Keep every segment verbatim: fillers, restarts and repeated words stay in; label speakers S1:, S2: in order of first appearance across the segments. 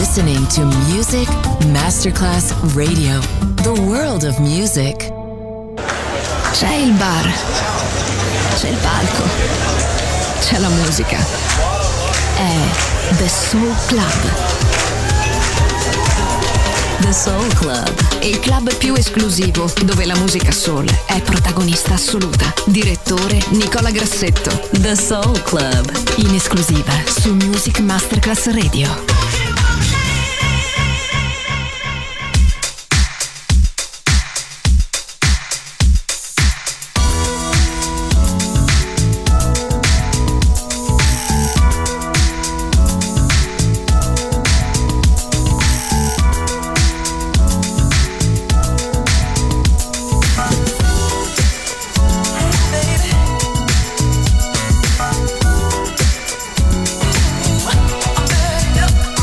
S1: listening to Music Masterclass Radio, the world of music.
S2: C'è il bar, c'è il palco, c'è la musica. È The Soul Club.
S1: The Soul Club,
S2: il club più esclusivo dove la musica soul è protagonista assoluta. Direttore Nicola Grassetto.
S1: The Soul Club,
S2: In esclusiva su Music Masterclass Radio.
S3: Yep.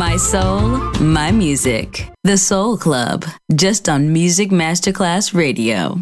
S3: My soul, my music. The Soul Club, just on Music Masterclass Radio.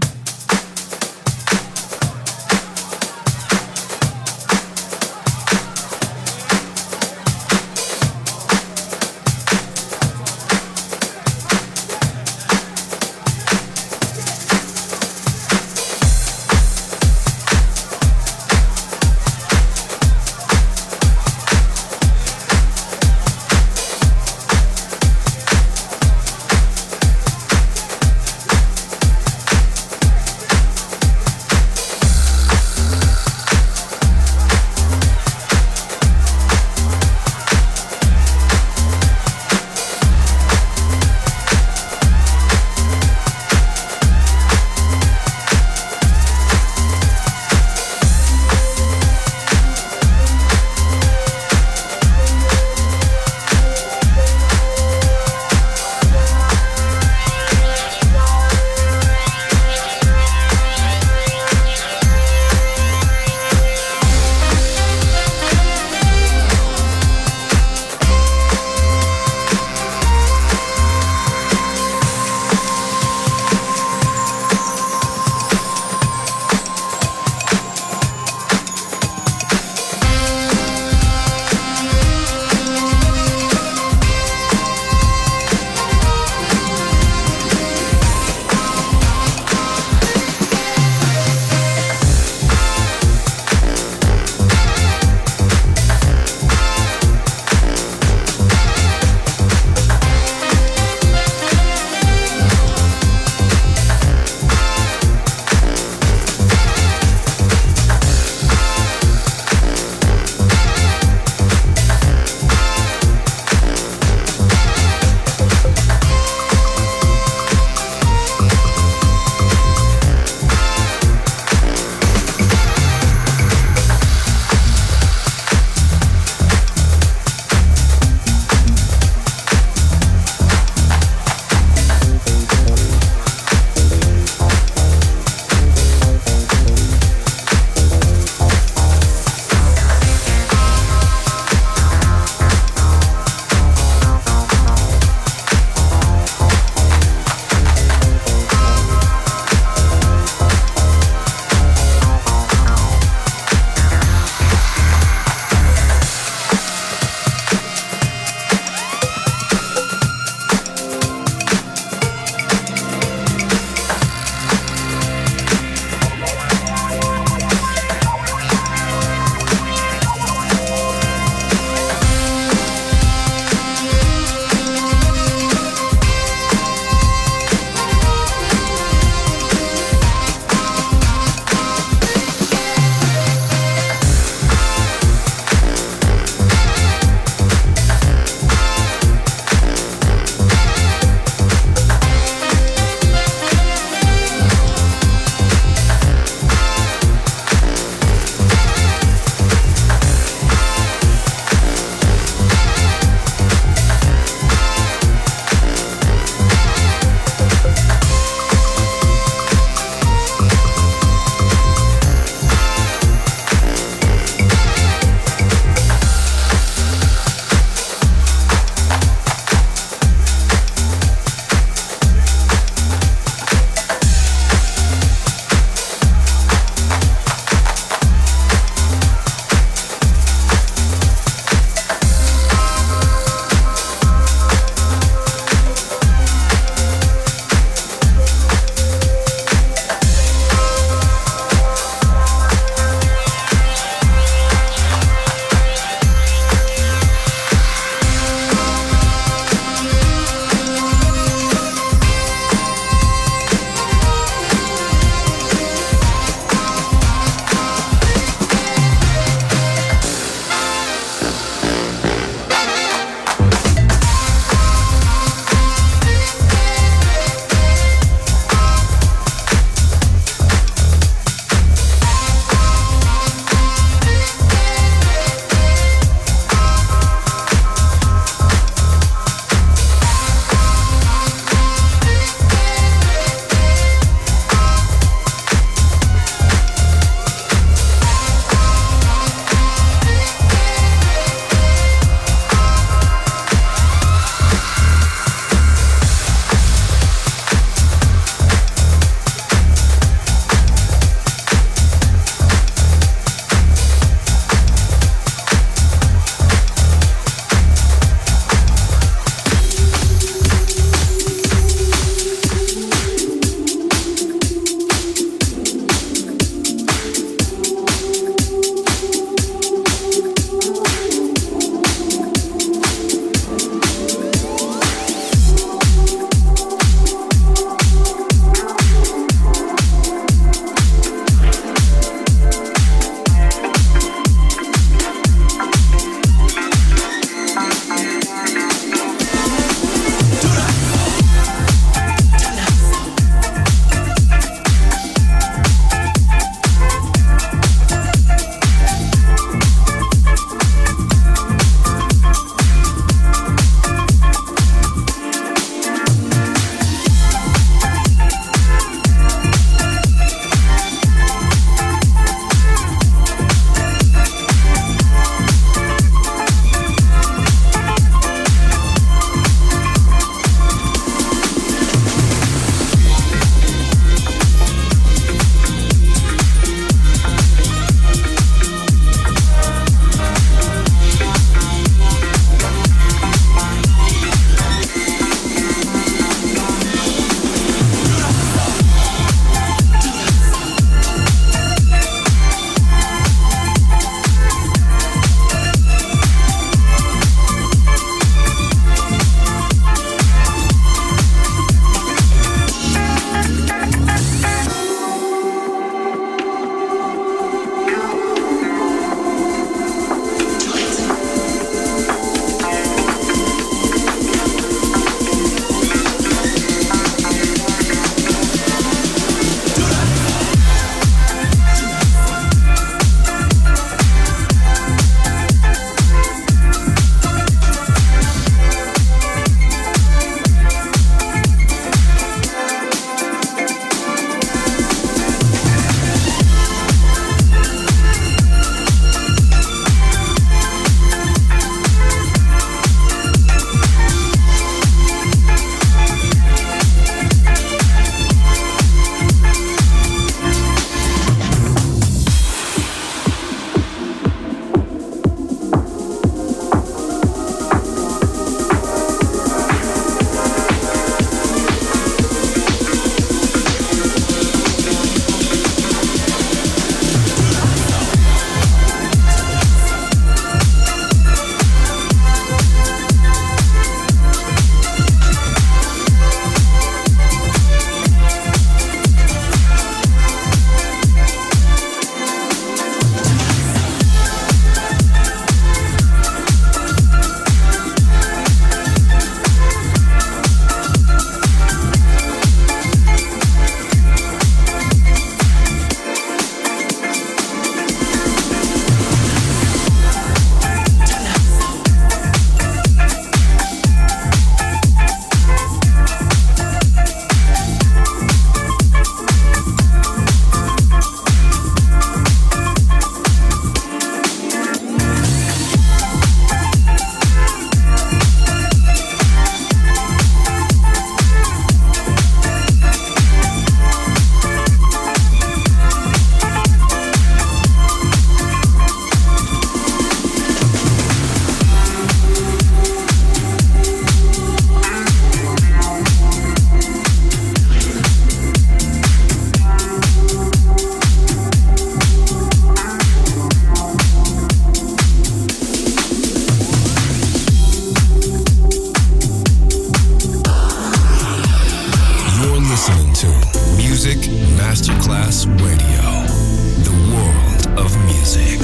S4: to Music Masterclass Radio, the world of music.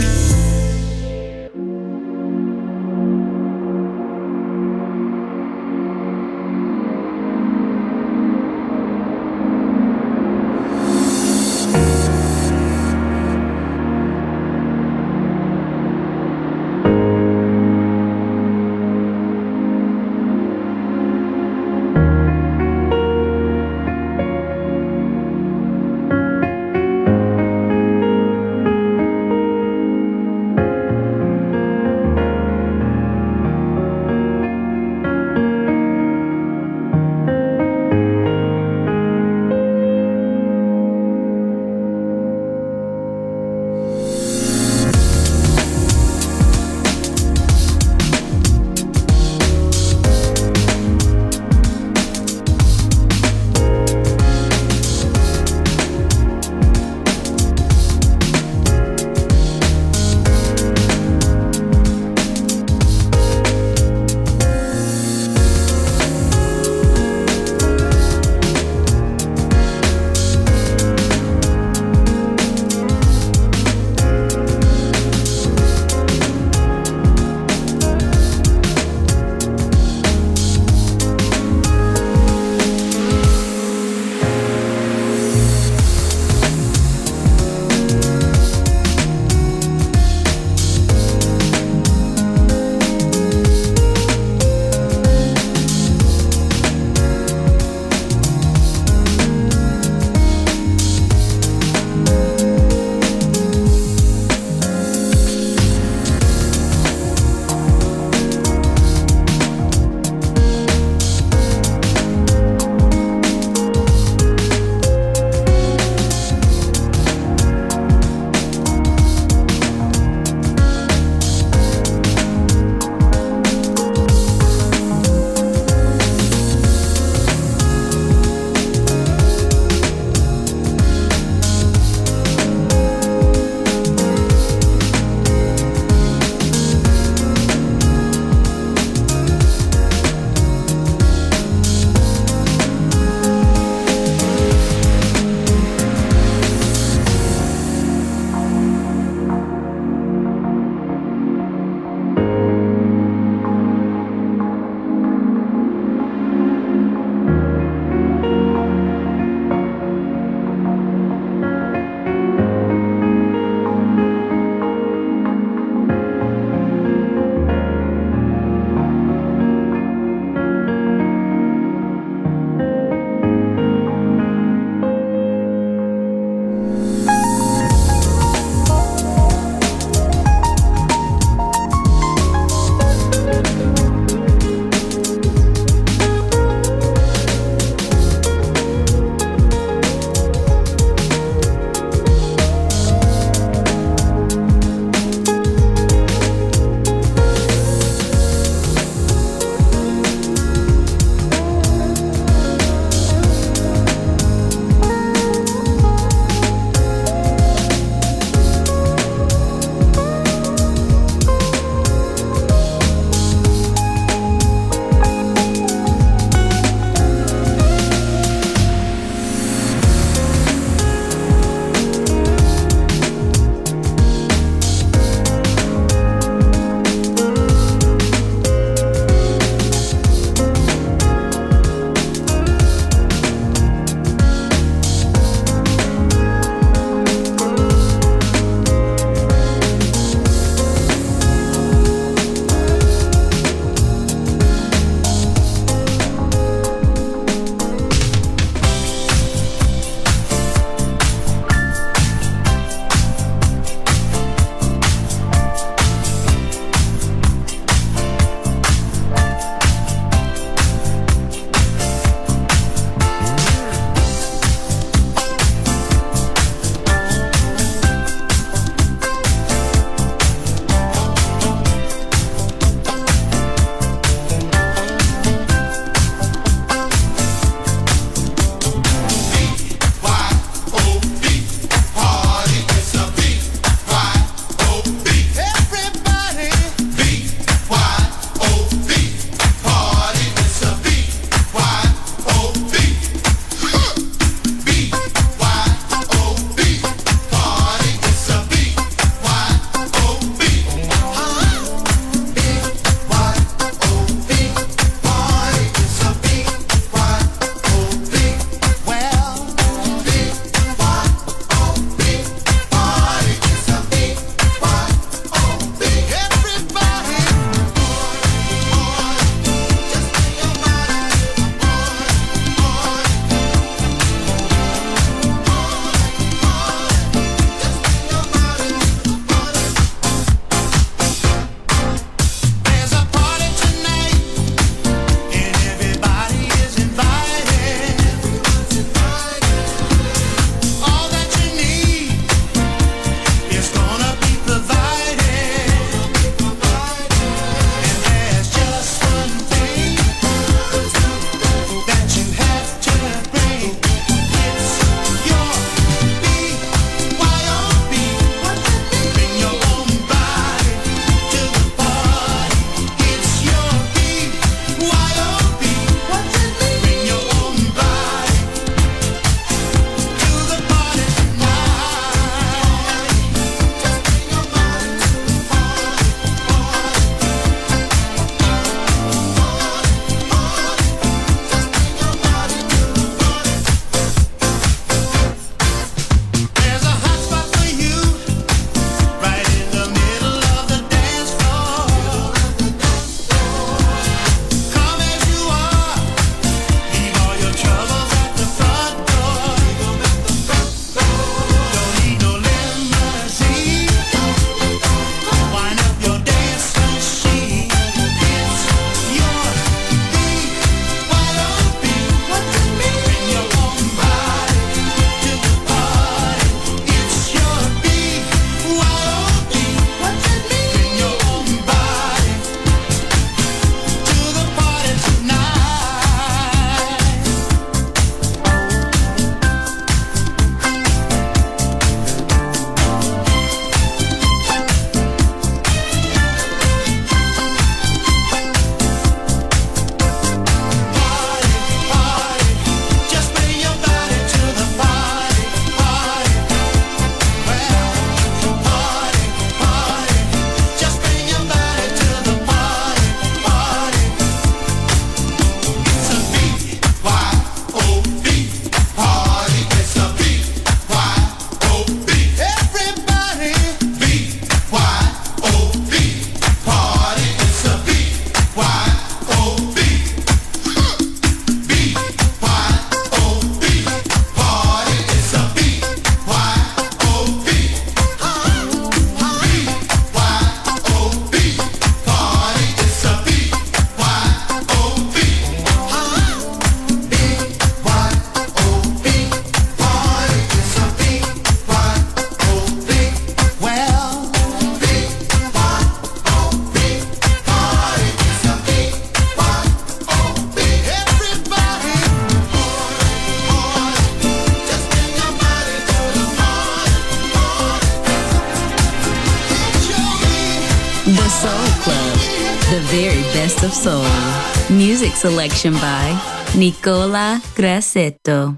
S3: very best of soul. Music selection by Nicola Grassetto.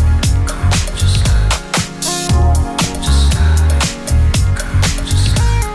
S5: Just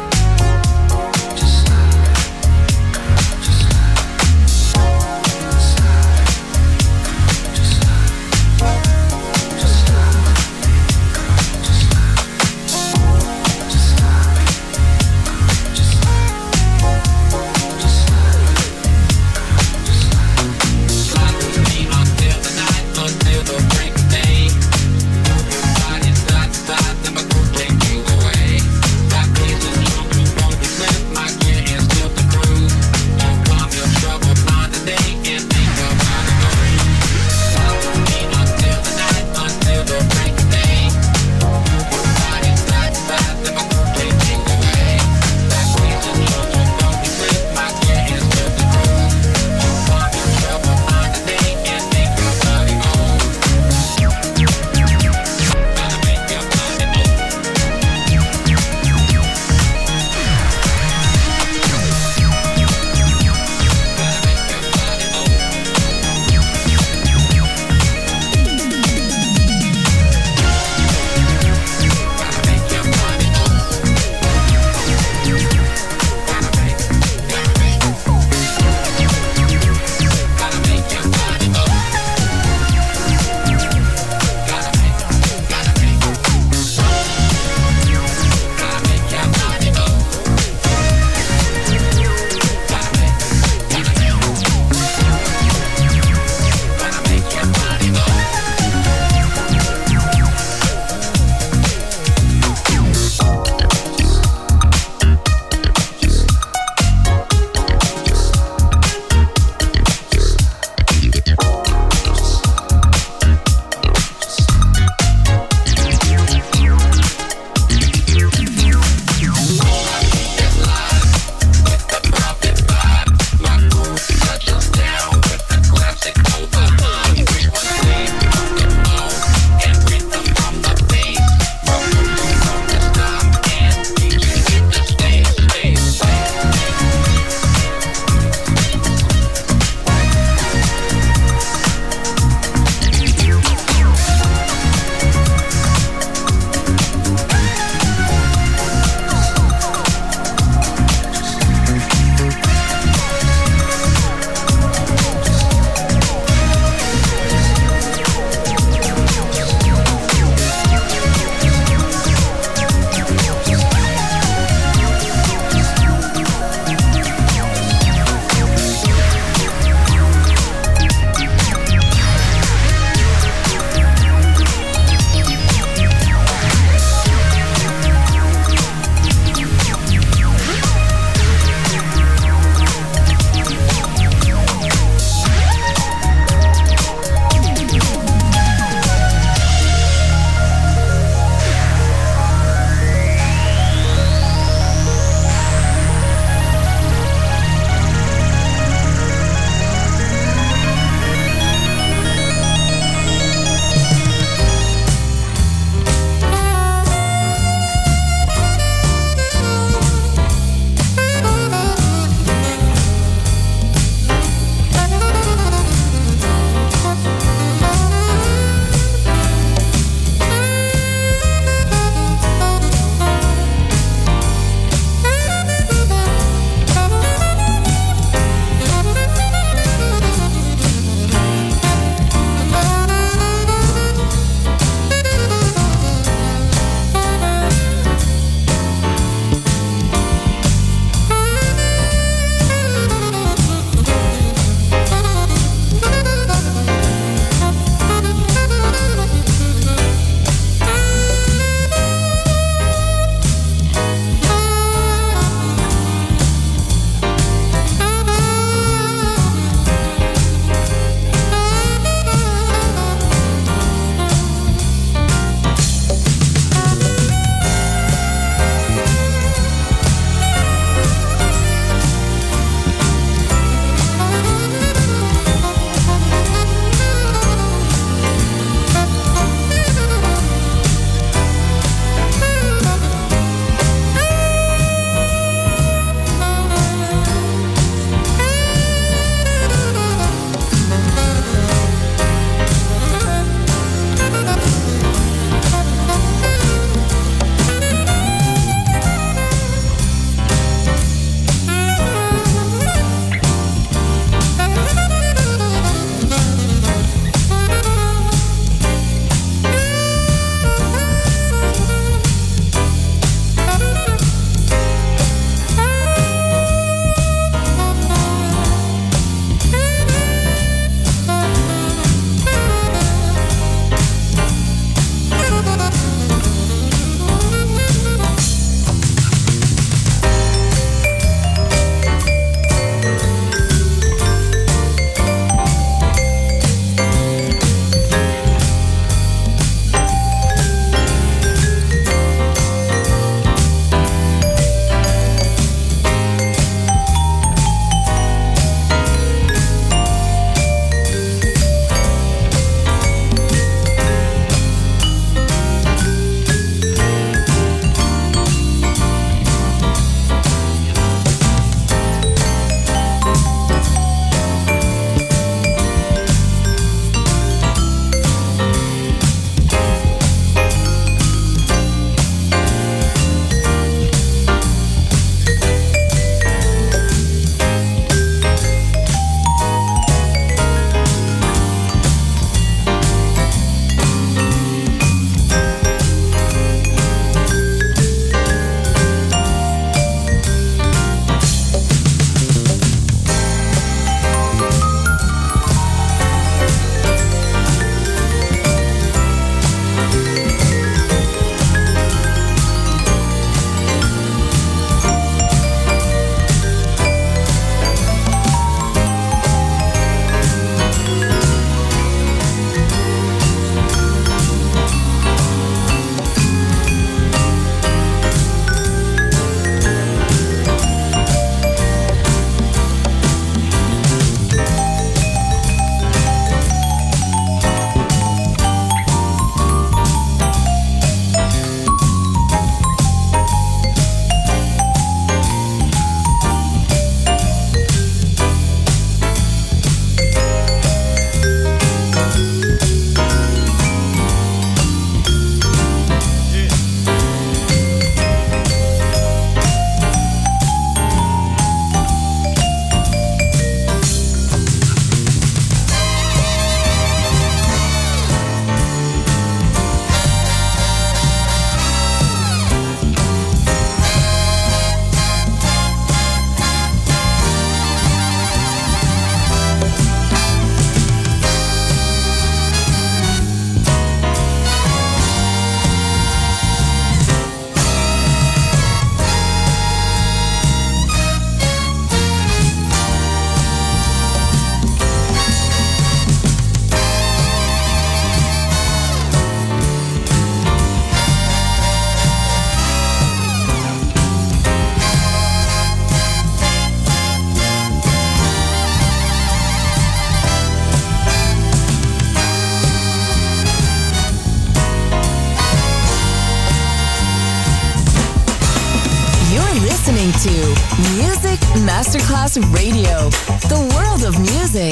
S1: listening to Music Masterclass Radio, the world of music.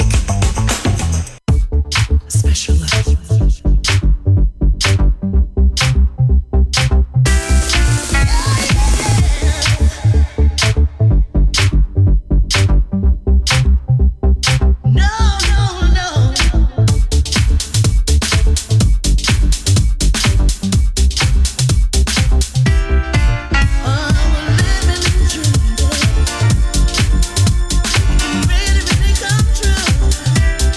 S1: Special love.
S5: Really, really come true.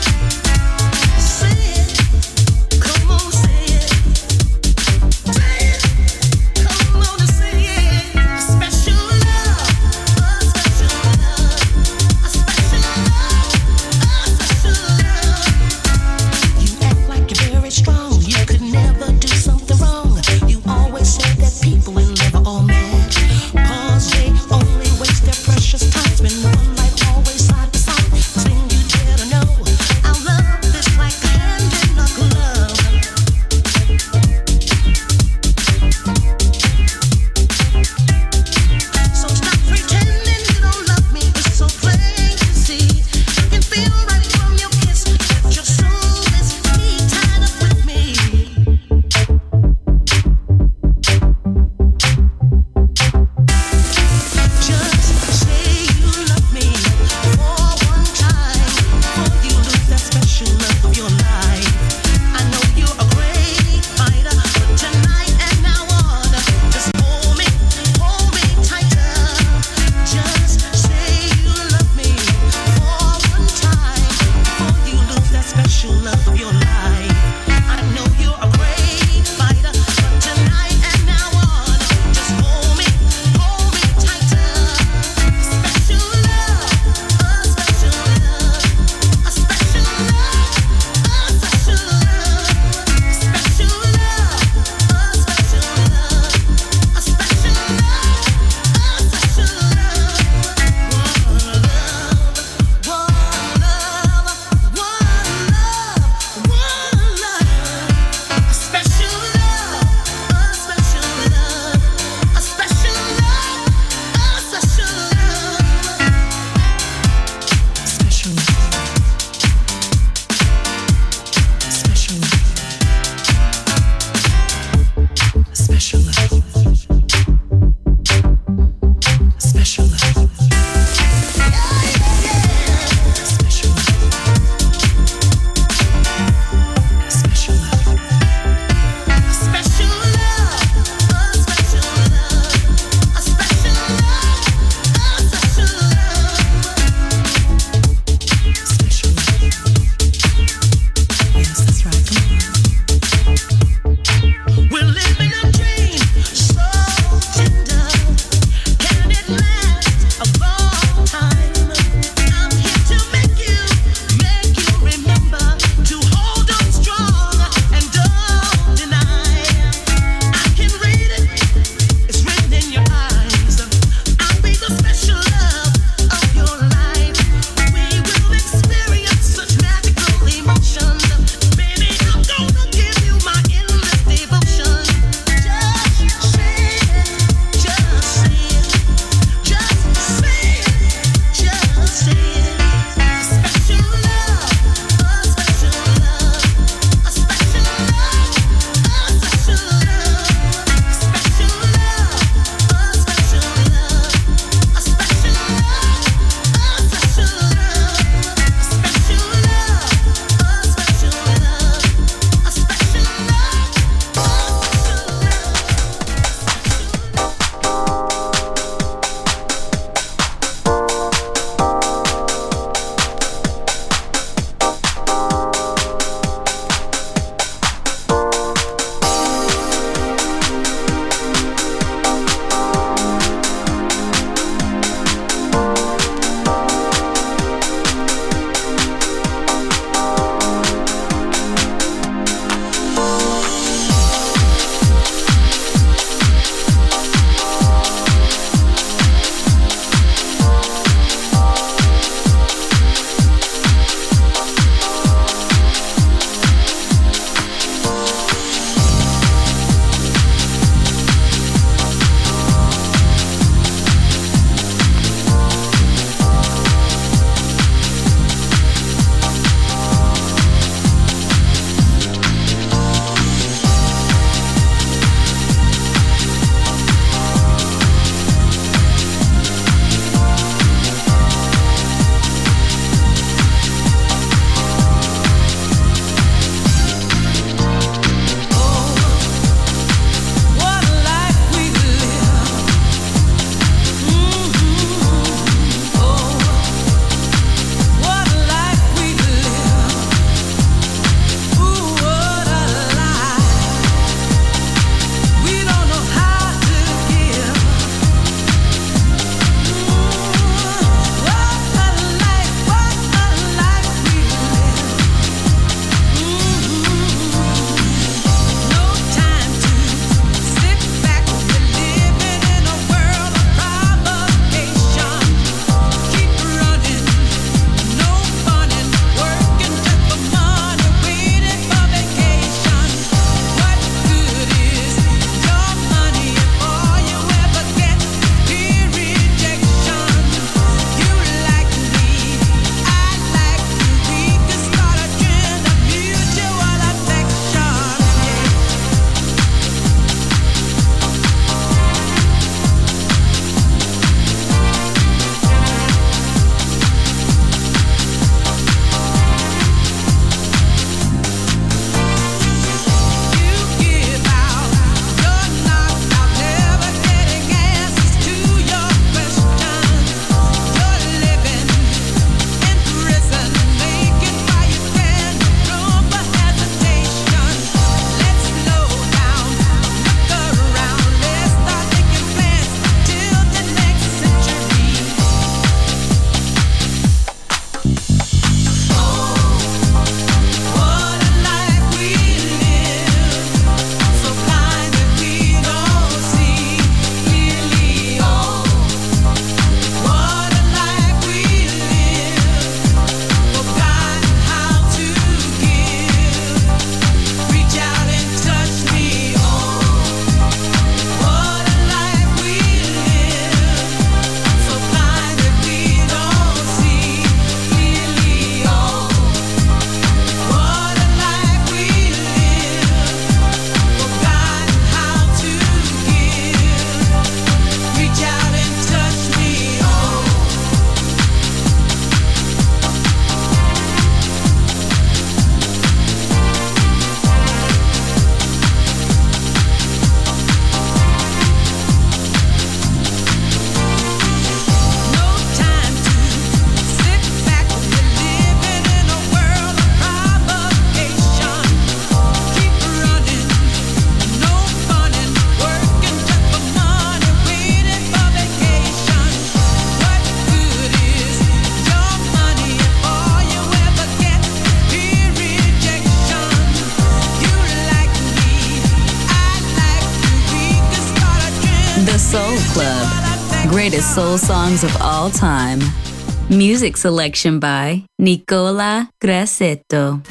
S3: The Soul Club. Greatest soul songs of all time. Music selection by Nicola Grassetto.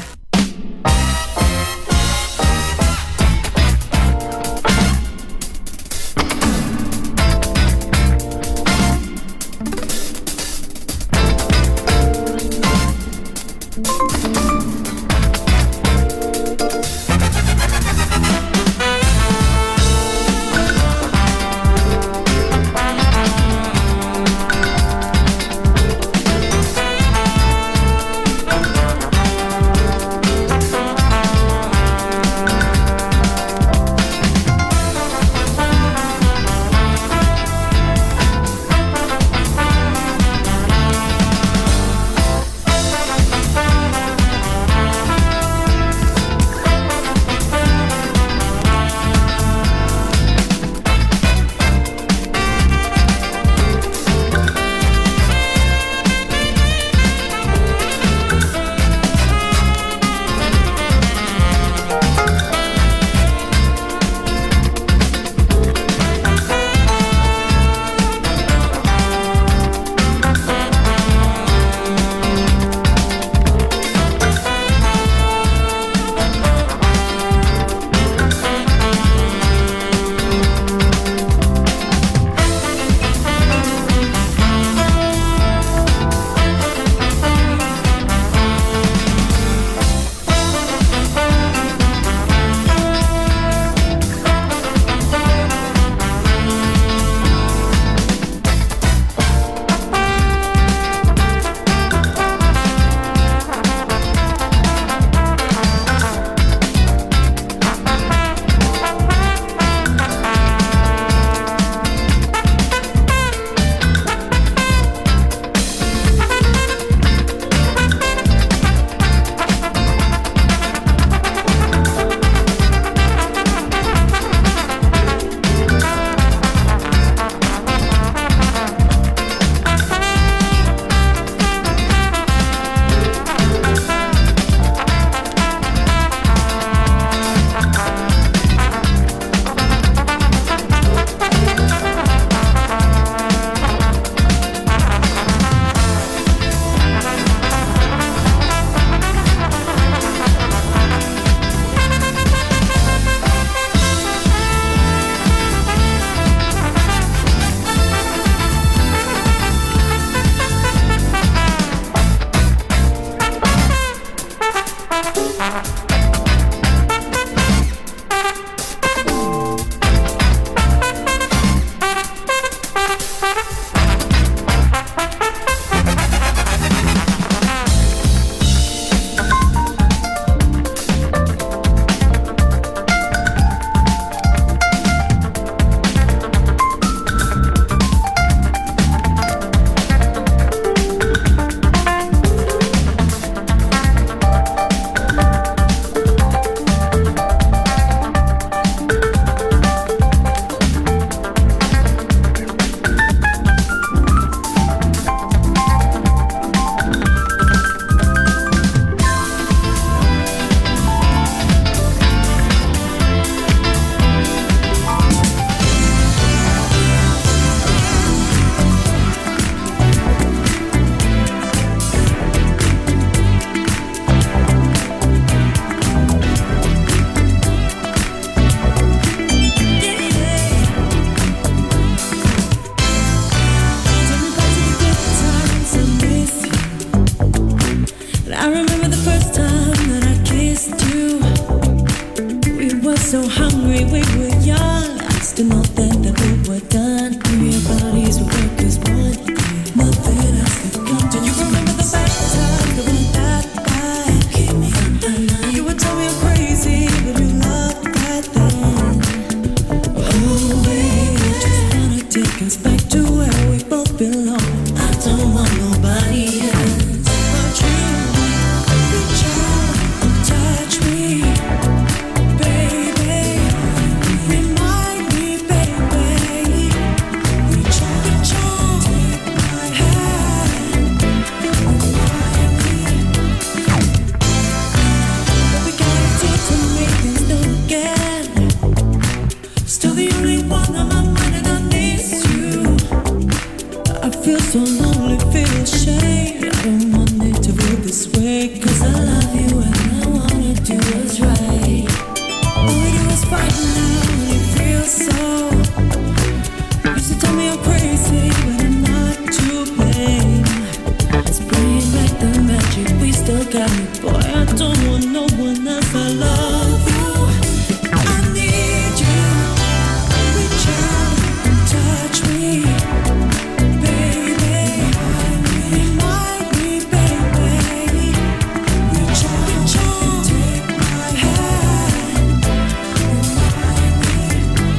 S5: feel so lonely, feel ashamed. I don't want it to feel this way, 'cause I love you and I wanna do what's right. All we do is fight now and it feels so. Used to tell me I'm crazy, but I'm not to blame. Let's bring back the magic, we still got it, boy. I don't want no one else, I love you. I need you. Reach out and touch me, baby. Remind me, baby. Reach out, reach out, take my hand. Remind me,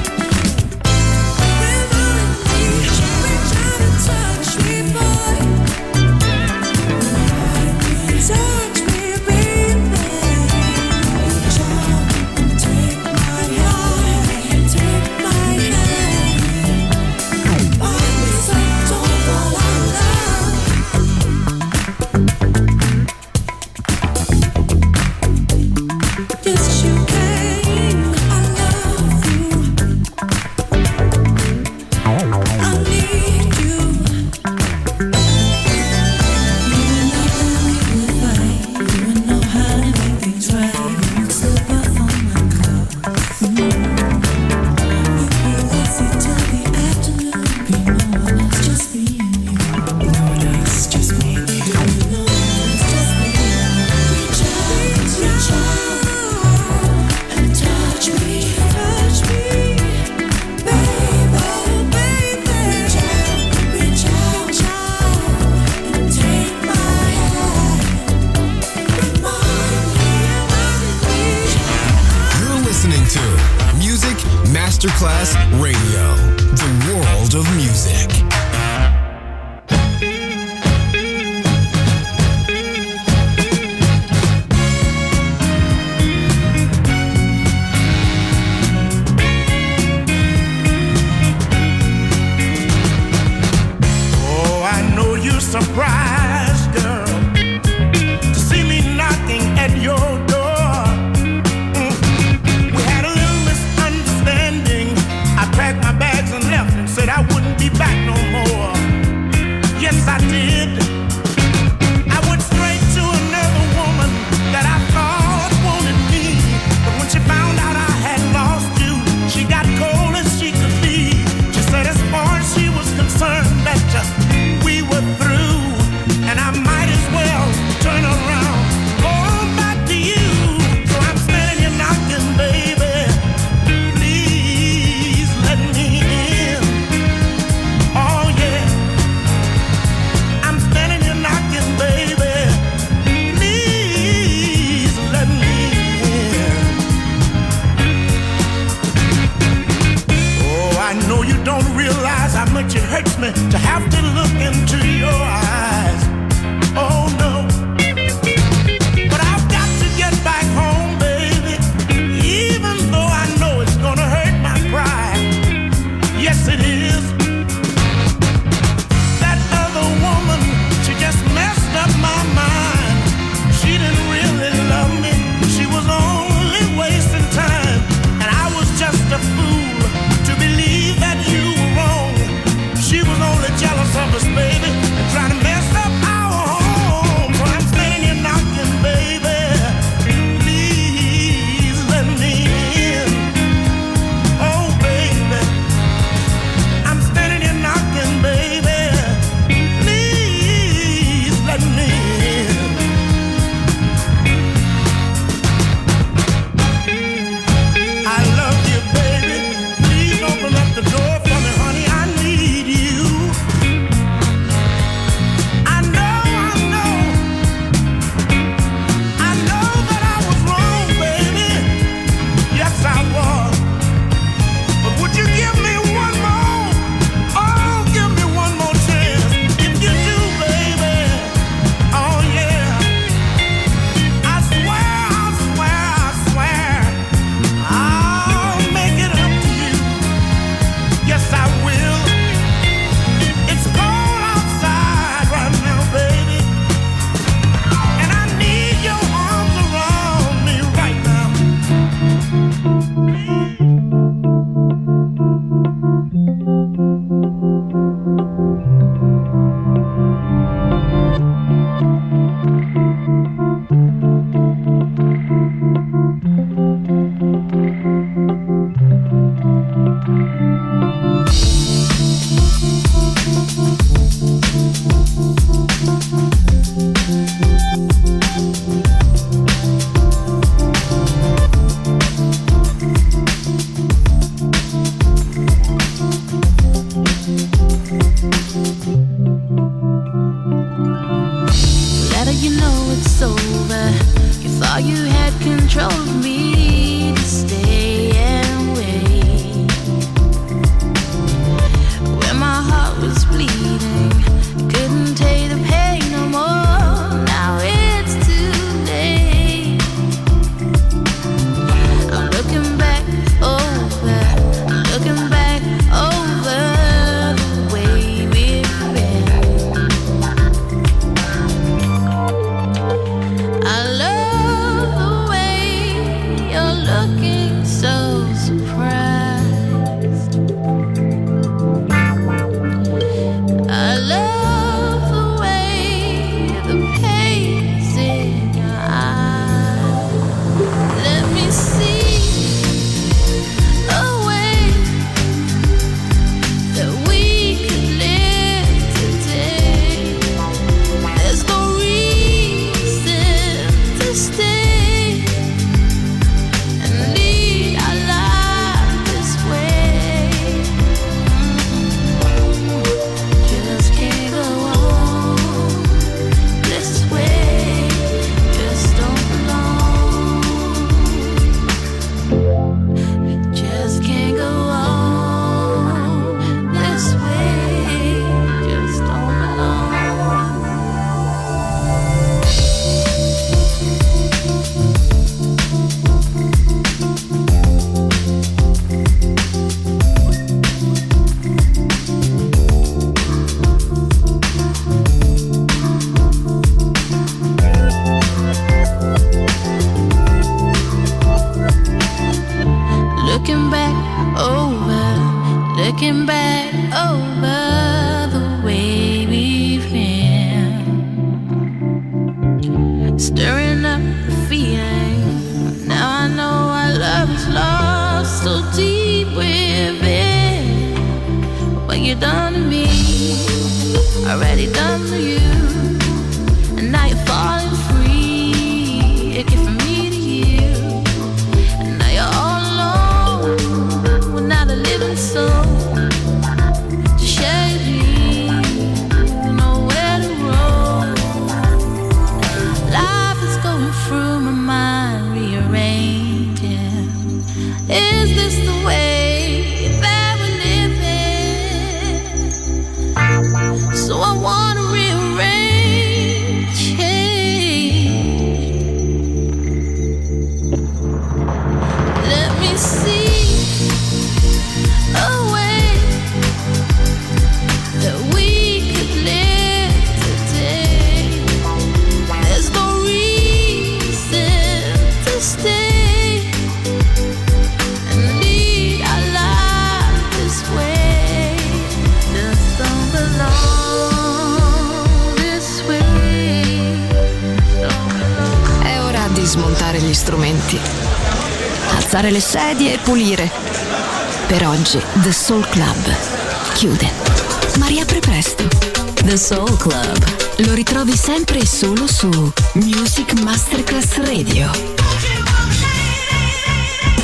S5: remind me. Reach out and touch me, boy. Remind me, touch me, baby. Reach out and take my hand, take my hand. Remind me so I don't fall out of love. Yes, you can. I love you. I need you. You and I believe we fight. You and know how to make things right. You slip up on my clothes. We feel lazy till the afternoon. Be no one else, just me and you. No one else, just me and you. No one else, just me and you. Reach out, reach out, and touch me, touch me, baby, baby. Reach out, reach out, and take my hand. Remind me, remind me.
S4: You're listening to Music Masterclass Radio, the world of music.
S6: Oh, I know you're surprised, girl, to see me knocking at your door. Mm. We had a little misunderstanding. I packed my bags and left and said I wouldn't be back no more. Yes, I did. I went straight to another woman that I thought wanted me. But when she found out I had lost you, she got cold as she could be. She said as far as she was concerned that uh, we were through, and I might as well turn around, go on back to you. So I'm standing here knocking, baby. Please let me in. Oh yeah. I'm standing here knocking, baby. Please let me in. Oh, I know you don't realize how much it hurts me to have to look into your eyes. Oh no. But I've got to get back home, baby. Even though I know it's gonna hurt my pride. Yes, it is. That other woman, she just messed up my mind. She didn't really love me. She was only wasting time. And I was just a fool to believe that you were wrong. She was only jealous of us, baby, and trying to mess up our home. So I'm standing here knocking, baby. Please let me in. Oh, baby.
S5: looking back over the way we've been, stirring up the feeling. Now I know our love is lost so deep within. What you done to me, already done to you, and now you're falling free. You get from me to you, and now you're all alone without a living soul to share your dreams, nowhere to roam. Life is going through my mind, rearranging. Is this the way that we're living? So I wanna rearrange, change. Let me see a way that we could live today. There's no reason to stay and lead our life this way. Just don't belong this way. Don't belong.
S2: È ora di smontare gli strumenti, alzare le sedie e pulire. Per oggi The Soul Club chiude, ma riapre presto.
S3: The Soul Club.
S2: Lo ritrovi sempre e solo su Music Masterclass Radio.